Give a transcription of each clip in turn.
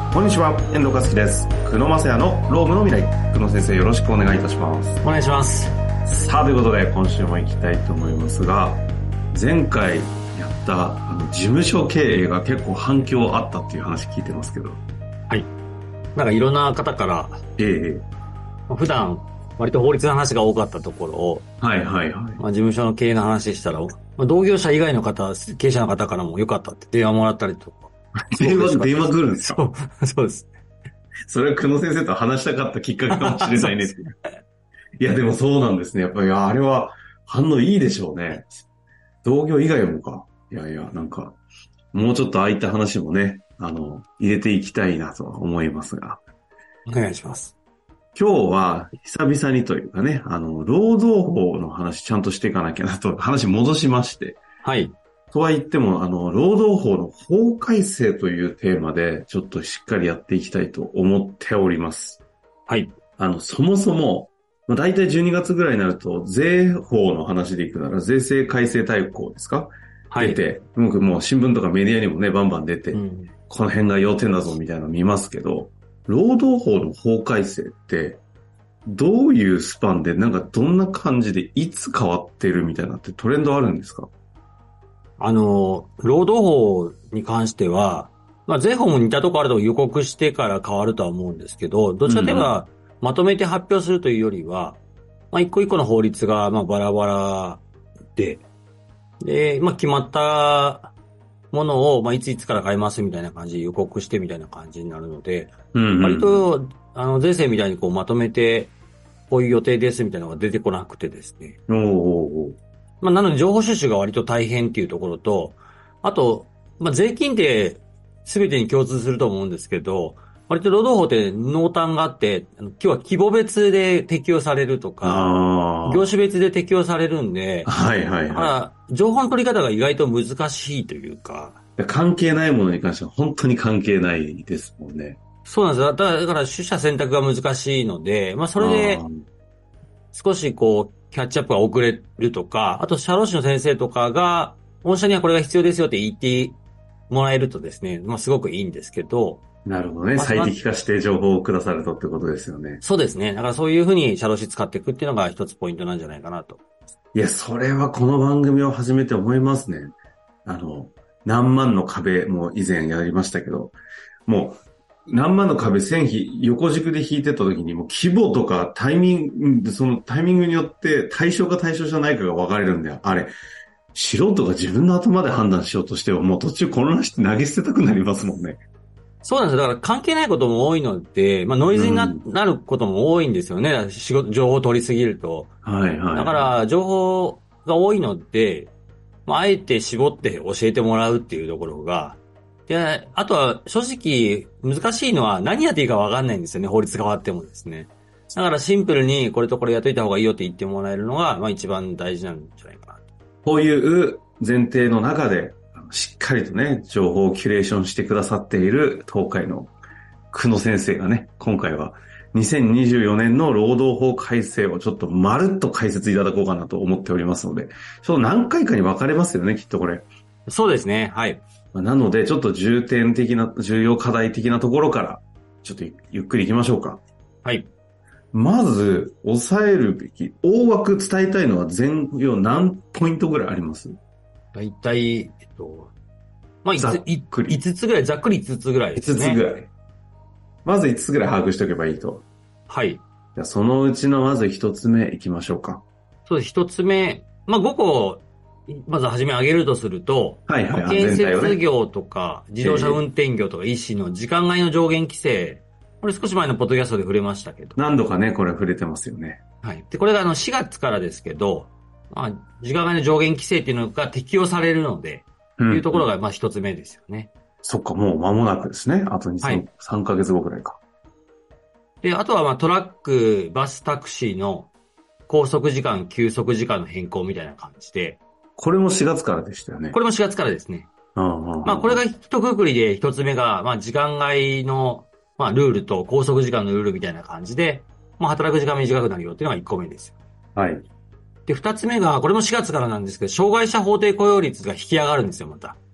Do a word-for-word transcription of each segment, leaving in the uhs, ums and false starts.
こんにちは、遠藤和樹です。久野正也のロームの未来。久野先生、よろしくお願いいたします。 お願いします。 さあ、ということで、今週も行きたいと思いますが、前回やったあの事務所経営が結構反響あったっていう話聞いてますけど。 はい。なんかいろんな方から、 ええ、 普段割と法律の話が多かったところを、 はいはいはい。 まあ、事務所の経営の話したら、まあ、同業者以外の方、経営者の方からも良かったって電話もらったりとか。 電話、電話来るんですか？ そう、そうです。 それは久野先生と話したかったきっかけかもしれないね。いや、でもそうなんですね。やっぱり、あれは反応いいでしょうね。同業以外もか。いやいや、なんか、もうちょっとああいった話もね、あの、入れていきたいなと思いますが。 お願いします。 今日は久々にというかね、あの、労働法の話ちゃんとしていかなきゃなと、話戻しまして。 はい。 とは言っても、あの、労働法の法改正というテーマで、ちょっとしっかりやっていきたいと思っております。 はい。 あの、そもそも、まあ、大体じゅうにがつぐらいになると、税法の話でいくなら、税制改正大綱ですか？はい。出て、僕もう新聞とかメディアにもね、バンバン出て、うん、この辺が要点だぞみたいなの見ますけど、労働法の法改正って、どういうスパンで、なんかどんな感じで、いつ変わってるみたいなってトレンドあるんですか？ あの、労働法に関しては、まあ、税法も似たとこあると予告してから変わるとは思うんですけど、どちらかといえば、まとめて発表するというよりは、まあ、一個一個の法律が、まあ、バラバラで、で、まあ、決まったものを、まあ、いついつから変えますみたいな感じで予告してみたいな感じになるので、うんうん、割と、あの、税制みたいにこうまとめて、こういう予定ですみたいなのが出てこなくてですね。 おーおーまあ、なので情報収集が割と大変っていうところと、あと、まあ、税金って全てに共通すると思うんですけど、割と労働法って濃淡があって、今日は規模別で適用されるとか、業種別で適用されるんで、 はいはいはい。だから情報の取り方が意外と難しいというか。 関係ないものに関しては本当に関係ないですもんね。 そうなんですよ。だから、だから取捨選択が難しいので、まあそれで、少しこう、キャッチアップが遅れるとか、あと社労士の先生とかが、御社にはこれが必要ですよって言ってもらえるとですね、まあすごくいいんですけど。 なるほどね。まあ、最適化して情報をくださるとってことですよね。 そうですね。だからそういうふうに社労士使っていくっていうのが一つポイントなんじゃないかなと。 いや、それはこの番組を始めて思いますね。あの、何万の壁も以前やりましたけど、もう、何万の壁線比横軸で引いてた時にもう規模とかタイミング、そのタイミングによって対象か対象じゃないかが分かれるんだよ。あれ、素人が自分の頭で判断しようとしてはもう途中混乱して投げ捨てたくなりますもんね。 そうなんですよ。だから関係ないことも多いので、まあノイズに な,、うん、なることも多いんですよね。仕事、情報を取りすぎると。 はいはい。 だから情報が多いので、まああえて絞って教えてもらうっていうところが、で、あとは正直難しいのは何やっていいか分かんないんですよね。法律変わってもですね。だからシンプルにこれとこれやっといた方がいいよって言ってもらえるのが、まあ一番大事なんじゃないかなと。 こういう前提の中で、しっかりとね、情報をキュレーションしてくださっている東海の久野先生がね、今回はにせんにじゅうよねんの労働法改正をちょっとまるっと解説いただこうかなと思っておりますので、ちょっと何回かに分かれますよね、きっとこれ。 そうですね、はい。 なので、ちょっと重点的な、重要課題的なところから、ちょっとゆっくり行きましょうか。 はい。 まず、抑えるべき、大枠伝えたいのは全要何ポイントぐらいあります？ 大体、えっと、まあ、 ざっくり。 いつつぐらい、ざっくりいつつぐらいですね。 いつつぐらい。まずいつつぐらい把握しておけばいいと。 はい。 じゃあそのうちのまずひとつめいきましょうか。 そうです、ひとつめ。まあ、ごこ、まずはじめ挙げるとすると、 はいはいはい、 建設業とか、自動車運転業とか、医師の時間外の上限規制。これ少し前のポッドキャストで触れましたけど。 何度かね、これ触れてますよね。 はい。で、これがあのしがつからですけど、まあ、時間外の上限規制っていうのが適用されるので、と、うん、いうところがまあ一つ目ですよね。 そっか、もう間もなくですね。あとに、はい、さんかげつごくらいか。 で、あとはまあトラック、バス、タクシーの拘束時間、休息時間の変更みたいな感じで。 これもしがつからでしたよね。 これもしがつからですね。 うんうんうん、 まあこれが一括りで一つ目が、まあ時間外の、まあルールと拘束時間のルールみたいな感じで、まあ働く時間短くなるよっていうのが一個目ですよ。 はい。 で、二つ目が、これもしがつからなんですけど、障害者法定雇用率が引き上がるんですよ、また。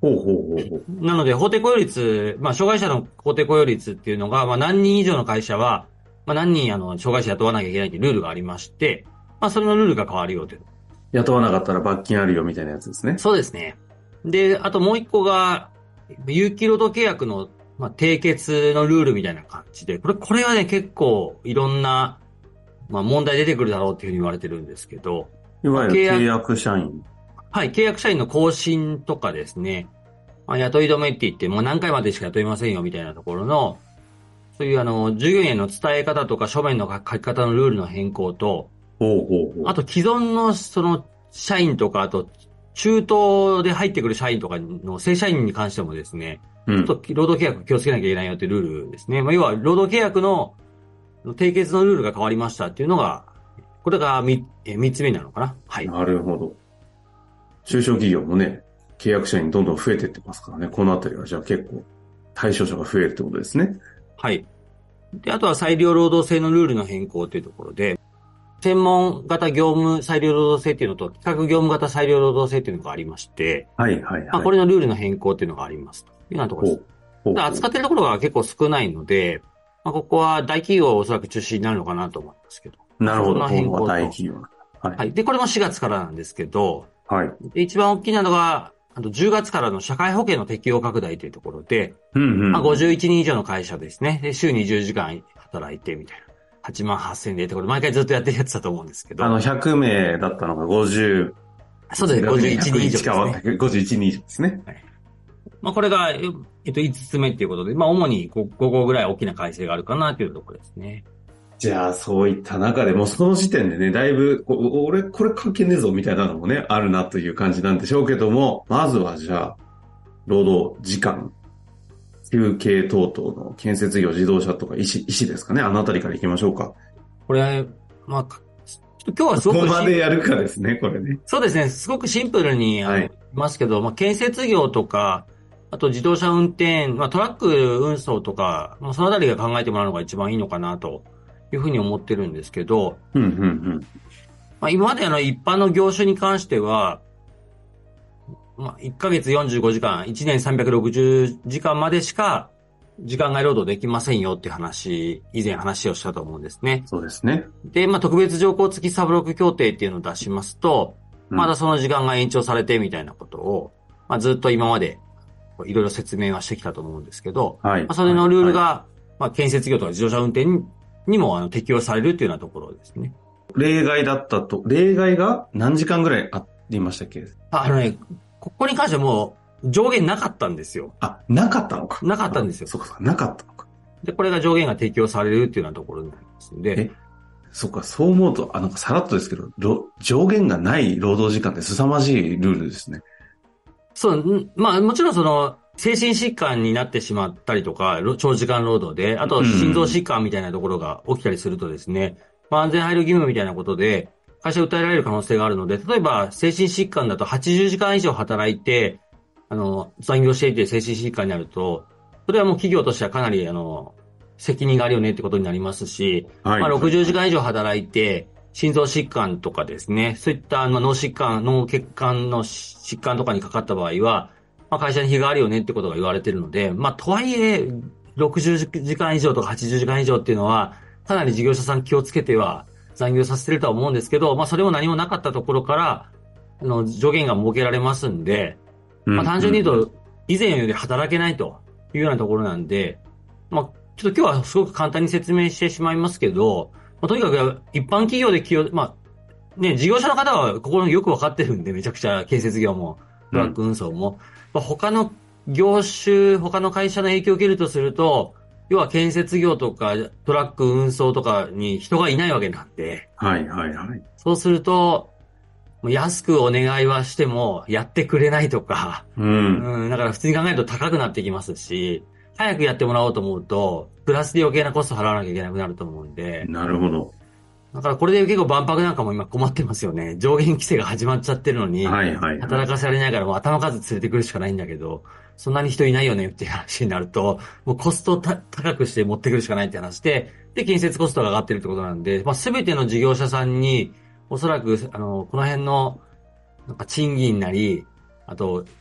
ほうほうほうほう。 なので、法定雇用率、まあ、障害者の法定雇用率っていうのが、まあ、何人以上の会社は、まあ、何人、あの、障害者雇わなきゃいけないというルールがありまして、まあ、それのルールが変わるよという。 雇わなかったら罰金あるよみたいなやつですね。 そうですね。で、あともう一個が、有期労働契約の、まあ、締結のルールみたいな感じで、これ、これはね、結構いろんな、まあ、問題出てくるだろうっていうふうに言われてるんですけど、 いわゆる契約契約社員。 はい、契約社員の更新とかですね、まあ、雇い止めって言って、もう何回までしか雇いませんよみたいなところの、そういうあの、従業員への伝え方とか書面の書き方のルールの変更と、 ほうほうほう。 あと既存のその社員とか、あと中途で入ってくる社員とかの正社員に関してもですね、 うん。 ちょっと労働契約気をつけなきゃいけないよっていうルールですね。まあ、要は労働契約の締結のルールが変わりましたっていうのが、これがみえ三つ目なのかな。はい。 なるほど。中小企業もね、契約社員どんどん増えてってますからね。このあたりはじゃあ結構対象者が増えるってことですね。 はい。で、あとは裁量労働制のルールの変更というところで、専門型業務裁量労働制っていうのと、企画業務型裁量労働制っていうのがありまして、 はいはいはい。 まあ、これのルールの変更っていうのがありますというようなところです。 ほうほうほう。 扱ってるところが結構少ないので、まあ、ここは大企業はおそらく中心になるのかなと思いますけど。 なるほど。 その変更と。 大企業。はい。 はい。で、これもしがつからなんですけど、 はい。 で一番大きなのが、あとじゅうがつからの社会保険の適用拡大というところで、 うんうん。 まあ、ごじゅういちにん以上の会社ですね。で、週にじゅうじかん働いてみたいな。はちまんはっせんでってこれ毎回ずっとやってるやつだと思うんですけど。 あの、ひゃくめいだったのがごじゅう。 そうですね、ごじゅういちにん以上ですね。 ごじゅういちにん以上ですね。 はい。まあ、これが、えっと、いつつめっていうことで、まあ、主にごこぐらい大きな改正があるかなというところですね。 じゃあ、そういった中でも、その時点でね、だいぶ、俺、これ関係ねえぞ、みたいなのもね、あるなという感じなんでしょうけども、まずはじゃあ、労働時間、休憩等々の建設業、自動車とか医師、医師ですかね、あのあたりから行きましょうか。 これ、まあ、今日はすごく。 ここまでやるかですね、これね。 そうですね、すごくシンプルに、あの、はい、言いますけど、まあ、建設業とか、あと自動車運転、まあ、トラック運送とか、まあ、そのあたりが考えてもらうのが一番いいのかなというふうに思ってるんですけど、 うんうんうん。 まあ、今まであの一般の業種に関しては、まあ、いっかげつよんじゅうごじかん、いちねんさんびゃくろくじゅうじかんまでしか時間外労働できませんよっていう話、以前話をしたと思うんですね。 そうですね。 で、まあ、特別条項付きサブロック協定っていうのを出しますと、うん、まだその時間が延長されてみたいなことを、まあ、ずっと今までいろいろ説明はしてきたと思うんですけど、はい、まあ、それのルールが、はい、まあ、建設業とか自動車運転にもあの適用されるっていうようなところですね。 例外だったと、例外が何時間ぐらいありましたっけ？ あのね、ここに関してはもう上限なかったんですよ。 あ、なかったのか。 なかったんですよ。 そうかそうか、なかったのか。 で、これが上限が適用されるっていうようなところになりますんで。 え、そうか、そう思うと、あの、さらっとですけど、上限がない労働時間って凄まじいルールですね。 そう、まあもちろんその、精神疾患になってしまったりとか、長時間労働で、あと心臓疾患みたいなところが起きたりするとですね、まあ安全配慮義務みたいなことで、会社を訴えられる可能性があるので、例えば精神疾患だとはちじゅうじかん以上働いて、あの、残業していて精神疾患になると、それはもう企業としてはかなり、あの、責任があるよねってことになりますし、はい、まあろくじゅうじかん以上働いて、心臓疾患とかですね、そういったまあ脳疾患、脳血管の疾患とかにかかった場合は、まあ会社に非があるよねってことが言われているので、まあとはいえ、ろくじゅうじかん以上とかはちじゅうじかん以上っていうのは、かなり事業者さん気をつけては残業させてるとは思うんですけど、まあそれも何もなかったところから、あの、上限が設けられますんで、まあ単純に言うと、以前より働けないというようなところなんで、まあちょっと今日はすごく簡単に説明してしまいますけど、まあ、とにかく一般企業で起用、まあね、事業者の方はここよくわかってるんで、めちゃくちゃ建設業も、トラック運送も、うんまあ、他の業種、他の会社の影響を受けるとすると、要は建設業とかトラック運送とかに人がいないわけなんで、 はいはいはい。 そうすると、安くお願いはしてもやってくれないとか、 うん、 うん、だから普通に考えると高くなってきますし、早くやってもらおうと思うと、プラスで余計なコスト払わなきゃいけなくなると思うんで。 なるほど。 だからこれで結構万博なんかも今困ってますよね。上限規制が始まっちゃってるのに、 はいはいはい、 働かされないからもう頭数連れてくるしかないんだけど、そんなに人いないよねっていう話になると、もうコストを高くして持ってくるしかないって話で、で、建設コストが上がってるってことなんで、まあ全ての事業者さんに、おそらく、あの、この辺の、なんか賃金なり、あと、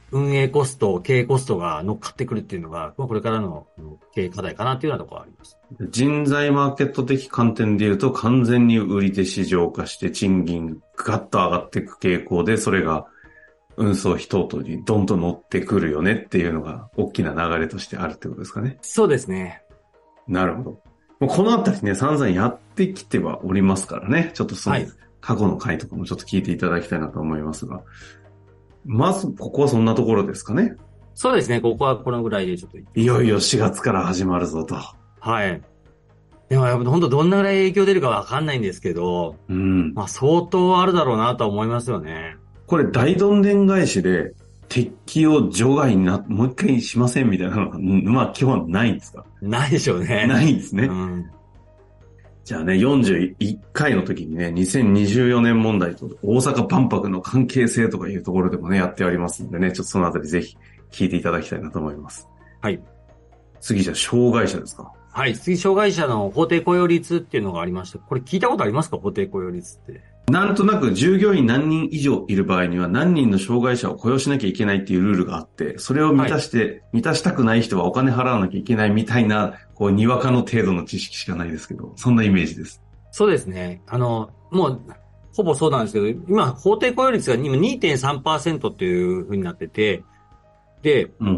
運営コスト、経営コストが乗っかってくるっていうのが、まあ、これからの経営課題かなっていうようなところがあります。 人材マーケット的観点で言うと、完全に売り手市場化して賃金ガッと上がっていく傾向で、それが運送費等々にどんどん乗ってくるよねっていうのが大きな流れとしてあるってことですかね。 そうですね。 なるほど。もうこのあたりね、散々やってきてはおりますからね。ちょっとその過去の回とかもちょっと聞いていただきたいなと思いますが。まず、ここはそんなところですかね。 そうですね。ここはこのぐらいでちょっと。 いよいよしがつから始まるぞと。 はい。でもやっぱ本当どんなぐらい影響出るかわかんないんですけど、 うん。 まあ相当あるだろうなとは思いますよね。 これ大どんでん返しで、鉄器を除外にな、もう一回しませんみたいなのが、まあ基本ないんですか？ ないでしょうね。 ないんですね。 うん。 じゃあね、よんじゅういっかいの時にね、にせんにじゅうよねん問題と大阪万博の関係性とかいうところでもね、やってありますんでね、ちょっとそのあたりぜひ聞いていただきたいなと思います。 はい。 次じゃあ、障害者ですか？ はい。次、障害者の法定雇用率っていうのがありまして、これ聞いたことありますか？法定雇用率って。 なんとなく従業員何人以上いる場合には何人の障害者を雇用しなきゃいけないっていうルールがあって、それを満たして、はい、満たしたくない人はお金払わなきゃいけないみたいな、こう、にわかの程度の知識しかないですけど、そんなイメージです。 そうですね。あの、もう、ほぼそうなんですけど、今、法定雇用率が今 にてんさんパーセント っていう風になってて、で、 うんうん、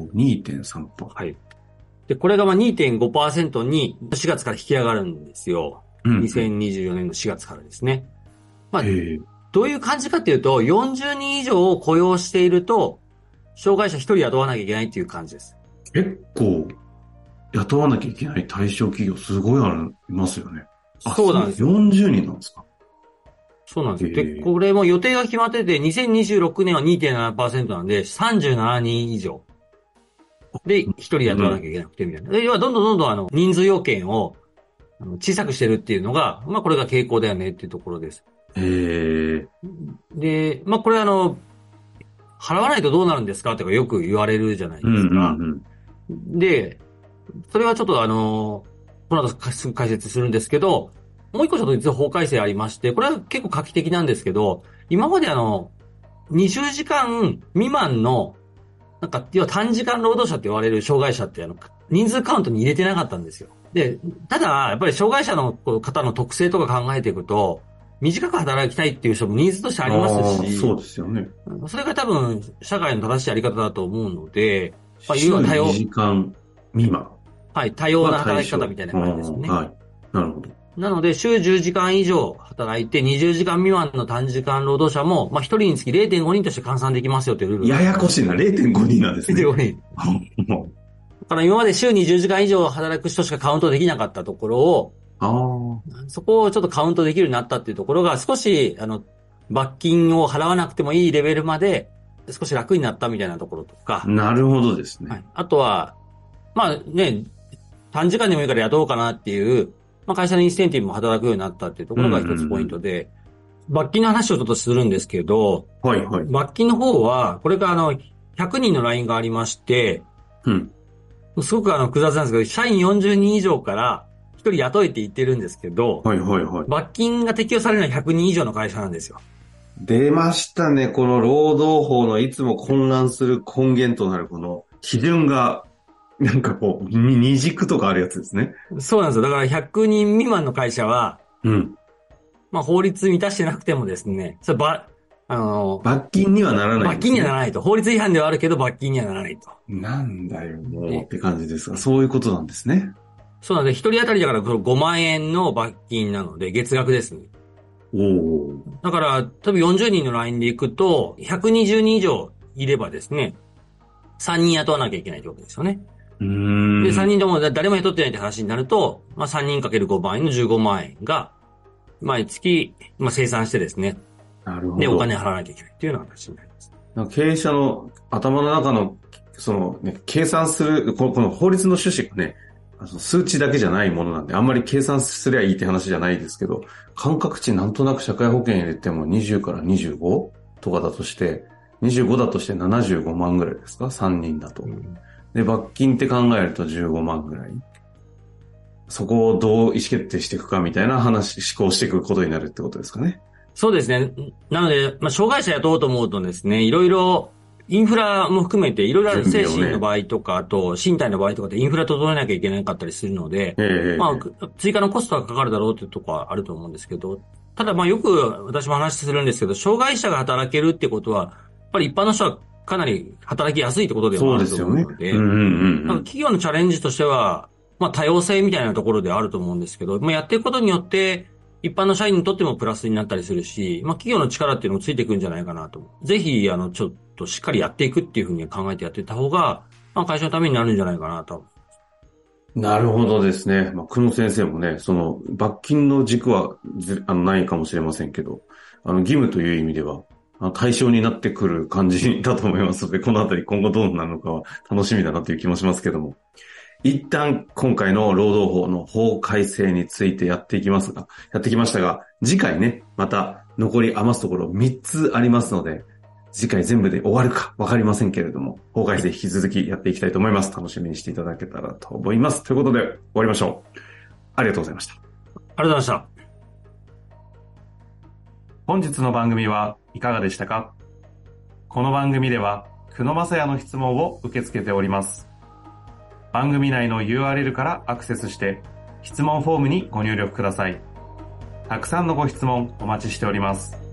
にてんさんパーセント。 はい。で、これがまあ にてんごパーセント にしがつから引き上がるんですよ。うんうん、にせんにじゅうよねんのしがつからですね。まあ、どういう感じかっていうと、よんじゅうにん以上を雇用していると、障害者ひとり雇わなきゃいけないっていう感じです。 結構、雇わなきゃいけない対象企業すごいありますよね。 そうなんですよ。 よんじゅうにんなんですか？ そうなんですよ。で、これも予定が決まってて、にせんにじゅうろくねんは にてんななパーセント なんで、さんじゅうななにん以上。で、ひとり雇わなきゃいけなくて、みたいな。で、要はどんどんどんどんあの、人数要件を小さくしてるっていうのが、まあこれが傾向だよねっていうところです。 へー。 で、まあこれあの、払わないとどうなるんですかとかよく言われるじゃないですか。うんうんうん、で、それはちょっとあの、この後解説するんですけど、もう一個ちょっと実は法改正ありまして、これは結構画期的なんですけど、今まであの、にじゅうじかん未満の、なんか、要は短時間労働者って言われる障害者ってあの、人数カウントに入れてなかったんですよ。で、ただ、やっぱり障害者の方の特性とか考えていくと、短く働きたいっていう人もニーズとしてありますし、 そうですよね。 それが多分、社会の正しいやり方だと思うので、 まあ、要は多様。にじかん未満。 はい、多様な働き方みたいな感じですね。 はい。なるほど。 なので、週じゅうじかん以上働いて、にじゅうじかん未満の短時間労働者も、まあ、ひとりにつき れいてんごにんとして換算できますよというルール。 ややこしいな、れいてんごにんなんですね。 れいてんごにん。だから今まで週にじゅうじかん以上働く人しかカウントできなかったところを、 あそこをちょっとカウントできるようになったっていうところが、少し、あの、罰金を払わなくてもいいレベルまで、少し楽になったみたいなところとか。 なるほどですね。はい、 あとは、まあね、短時間でもいいから雇おうかなっていう、まあ会社のインセンティブも働くようになったっていうところが一つポイントで、うんうんうん、罰金の話をちょっとするんですけど、 はいはい。 罰金の方は、これがあの、ひゃくにんのラインがありまして、 うん。 すごくあの、複雑なんですけど、社員よんじゅうにん以上からひとり雇えって言ってるんですけど、 はいはいはい。 罰金が適用されるのはひゃくにん以上の会社なんですよ。 出ましたね。この労働法のいつも混乱する根源となるこの基準が、なんかこう、二軸とかあるやつですね。 そうなんですよ。だからひゃくにん未満の会社は、 うん。 まあ法律満たしてなくてもですね、それば、あの、 罰金にはならない、ね。 罰金にはならないと。法律違反ではあるけど罰金にはならないと。 なんだよ、もうって感じですが、そういうことなんですね。 そうなんで、一人当たりだからごまんえんの罰金なので、月額ですね。 おお。 だから、多分よんじゅうにんのラインで行くと、ひゃくにじゅうにん以上いればですね、さんにん雇わなきゃいけないってことですよね。 うーん。 で、さんにんとも誰も雇ってないって話になると、まあさんにんかけるごまんえんのじゅうごまんえんが、毎月、まあ生産してですね。 なるほど。 で、お金払わなきゃいけないっていうような話になります。 経営者の頭の中の、そのね、計算する、このこの法律の趣旨がね、数値だけじゃないものなんで、あんまり計算すりゃいいって話じゃないですけど、感覚値なんとなく社会保険入れてもにじゅうからにじゅうごとかだとして、にじゅうごだとしてななじゅうごまんぐらいですか ?さんにんだと。うん、で、罰金って考えるとじゅうごまんぐらい。そこをどう意思決定していくかみたいな話、思考していくことになるってことですかね。 そうですね。なので、まあ、障害者雇おうと思うとですね、いろいろインフラも含めていろいろある精準備をね神の場合とか、あと身体の場合とかでインフラ整えなきゃいけなかったりするので、 ええまあ、追加のコストがかかるだろうというところはあると思うんですけど、ただまあよく私も話するんですけど、障害者が働けるってことは、やっぱり一般の人はかなり働きやすいってことでもそうあるとですよね。 思うので、 うんうんうんうん。 なんか企業のチャレンジとしては、まあ多様性みたいなところであると思うんですけど、まあやっていくことによって、一般の社員にとってもプラスになったりするし、まあ企業の力っていうのもついていくんじゃないかなと。ぜひ、あの、ちょっとしっかりやっていくっていうふうに考えてやっていった方が、まあ会社のためになるんじゃないかなと。 なるほどですね。まあ、久野先生もね、その、罰金の軸はずあのないかもしれませんけど、あの、義務という意味では、あの対象になってくる感じだと思いますので、このあたり今後どうなるのかは楽しみだなという気もしますけども。一旦今回の労働法の法改正についてやっていきますが、やってきましたが、次回ね、また残り余すところみっつありますので、次回全部で終わるかわかりませんけれども、法改正引き続きやっていきたいと思います。楽しみにしていただけたらと思います。ということで終わりましょう。ありがとうございました。 ありがとうございました。 本日の番組はいかがでしたか？この番組では久野正也の質問を受け付けております。番組内の ユーアールエル からアクセスして質問フォームにご入力ください。たくさんのご質問お待ちしております。